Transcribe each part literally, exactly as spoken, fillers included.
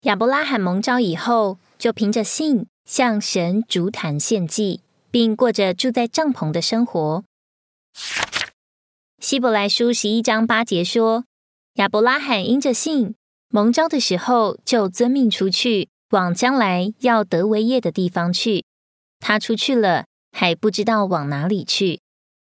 亚伯拉罕蒙召以后，就凭着信向神筑坛献祭，并过着住在帐篷的生活。希伯来书十一章八节说，亚伯拉罕因着信蒙召的时候，就遵命出去，往将来要得为业的地方去。他出去了，还不知道往哪里去。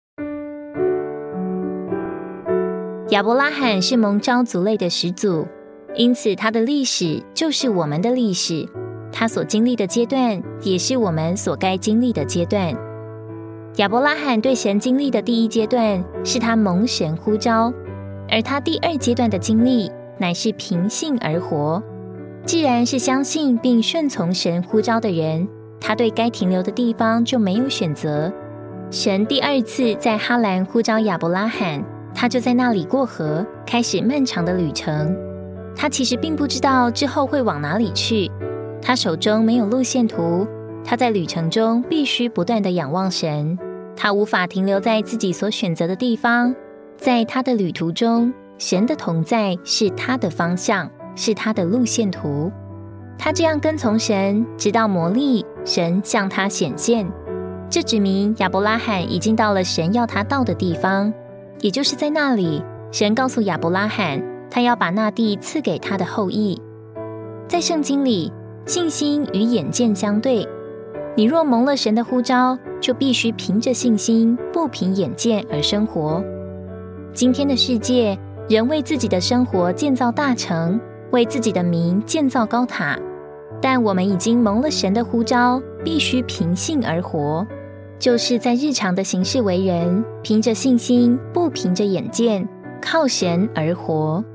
亚伯拉罕是蒙召族类的始祖，因此他的历史就是我们的历史，他所经历的阶段也是我们所该经历的阶段。亚伯拉罕对神经历的第一阶段是他蒙神呼召，而他第二阶段的经历乃是凭信而活。既然是相信并顺从神呼召的人，他对该停留的地方就没有选择。神第二次在哈兰呼召亚伯拉罕，他就在那里过河，开始漫长的旅程。他其实并不知道之后会往哪里去，他手中没有路线图，他在旅程中必须不断地仰望神，他无法停留在自己所选择的地方。在他的旅途中，神的同在是他的方向，是他的路线图。他这样跟从神，直到磨砺，神向他显现。这指明亚伯拉罕已经到了神要他到的地方，也就是在那里，神告诉亚伯拉罕，他要把那地赐给他的后裔。在圣经里，信心与眼见相对，你若蒙了神的呼召，就必须凭着信心，不凭眼见而生活。今天的世界，人为自己的生活建造大城，为自己的名建造高塔，但我们已经蒙了神的呼召，必须凭信而活，就是在日常的行事为人，凭着信心，不凭着眼见，靠神而活。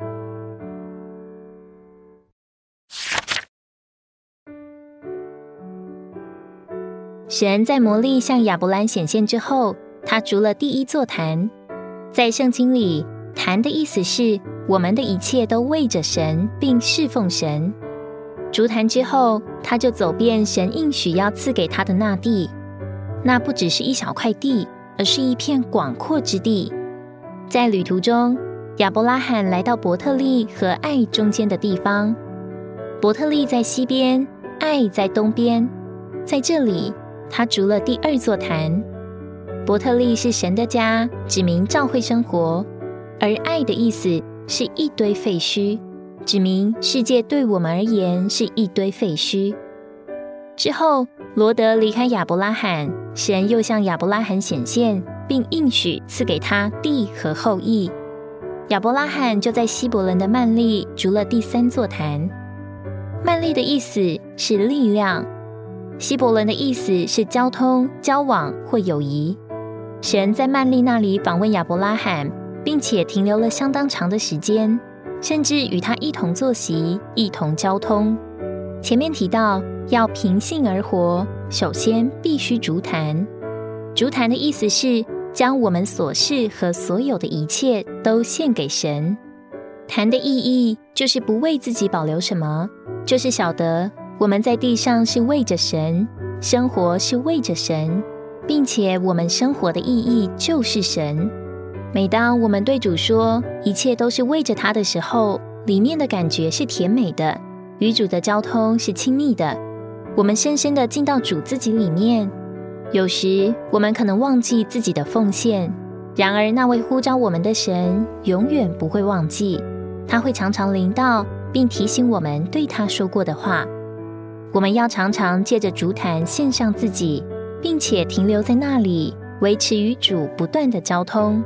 神在摩利向亚伯兰显现之后，他筑了第一座坛。在圣经里，坛的意思是我们的一切都为着神，并侍奉神。筑坛之后，他就走遍神应许要赐给他的那地。那不只是一小块地，而是一片广阔之地。在旅途中，亚伯拉罕来到伯特利和爱中间的地方。伯特利在西边，爱在东边。在这里，他筑了第二座坛。伯特利是神的家，指明教会生活；而爱的意思是一堆废墟，指明世界对我们而言是一堆废墟。之后，罗德离开亚伯拉罕，神又向亚伯拉罕显现，并应许赐给他地和后裔。亚伯拉罕就在希伯伦的幔利筑了第三座坛。幔利的意思是力量，希伯伦的意思是交通、交往或友谊。神在幔利那里访问亚伯拉罕，并且停留了相当长的时间，甚至与他一同坐席，一同交通。前面提到要凭信而活，首先必须筑坛。筑坛的意思是将我们所事和所有的一切都献给神。坛的意义就是不为自己保留什么，就是晓得我们在地上是为着神，生活是为着神，并且我们生活的意义就是神。每当我们对主说一切都是为着他的时候，里面的感觉是甜美的，与主的交通是亲密的，我们深深地进到主自己里面。有时我们可能忘记自己的奉献，然而那位呼召我们的神永远不会忘记，他会常常临到，并提醒我们对他说过的话。我们要常常借着筑坛献上自己，并且停留在那里，维持与主不断的交通。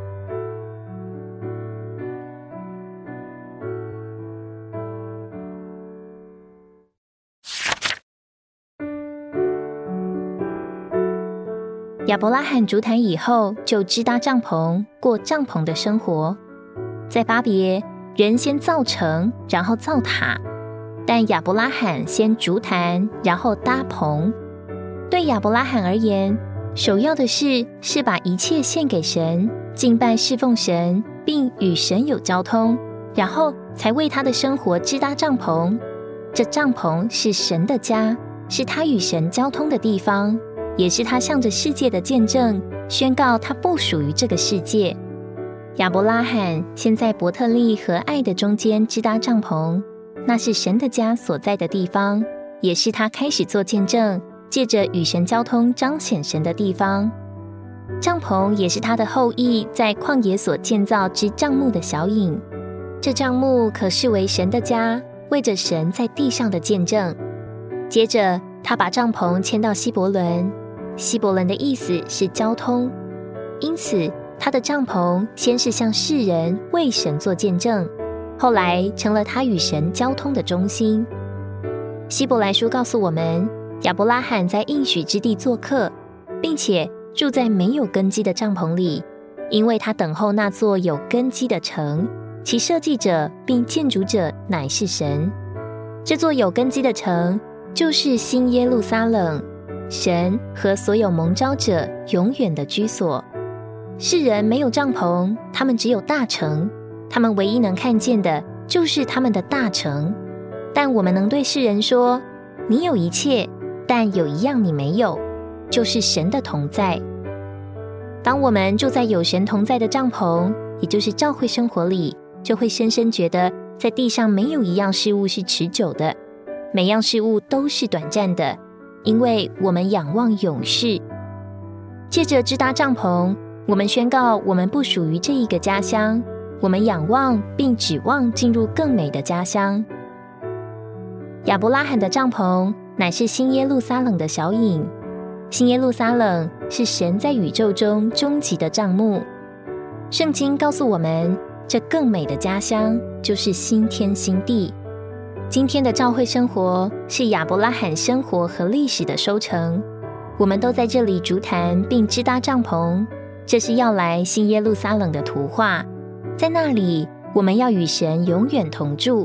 亚伯拉罕筑坛以后，就支搭帐篷，过帐篷的生活。在巴别，人先造城，然后造塔，但亚伯拉罕先筑坛，然后搭棚。对亚伯拉罕而言，首要的事是把一切献给神，敬拜侍奉神，并与神有交通，然后才为他的生活支搭帐篷。这帐篷是神的家，是他与神交通的地方，也是他向着世界的见证，宣告他不属于这个世界。亚伯拉罕先在伯特利和爱的中间支搭帐篷， 那是神的家所在的地方，也是他开始做见证，借着与神交通彰显神的地方。帐篷也是他的后裔在旷野所建造之帐幕的小影，这帐幕可视为神的家，为着神在地上的见证。接着他把帐篷迁到希伯伦，希伯伦的意思是交通，因此他的帐篷先是向世人为神做见证，后来成了他与神交通的中心。希伯来书告诉我们，亚伯拉罕在应许之地做客，并且住在没有根基的帐篷里，因为他等候那座有根基的城，其设计者并建筑者乃是神。这座有根基的城就是新耶路撒冷，神和所有蒙召者永远的居所。世人没有帐篷，他们只有大城，他们唯一能看见的就是他们的大城。但我们能对世人说，你有一切，但有一样你没有，就是神的同在。当我们住在有神同在的帐篷，也就是教会生活里，就会深深觉得在地上没有一样事物是持久的，每样事物都是短暂的，因为我们仰望永世。借着支搭帐篷，我们宣告我们不属于这一个家乡，我们仰望并指望进入更美的家乡。亚伯拉罕的帐篷乃是新耶路撒冷的小影，新耶路撒冷是神在宇宙中终极的帐幕。圣经告诉我们，这更美的家乡就是新天新地。今天的教会生活是亚伯拉罕生活和历史的收成，我们都在这里筑坛并支搭帐篷，这是要来新耶路撒冷的图画，在那里我们要与神永远同住。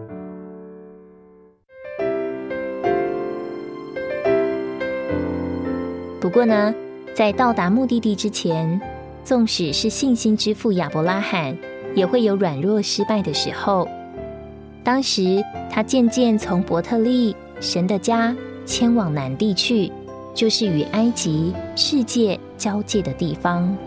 不过呢，在到达目的地之前，纵使是信心之父亚伯拉罕，也会有软弱失败的时候。当时他渐渐从伯特利神的家迁往南地去，就是与埃及世界交界的地方。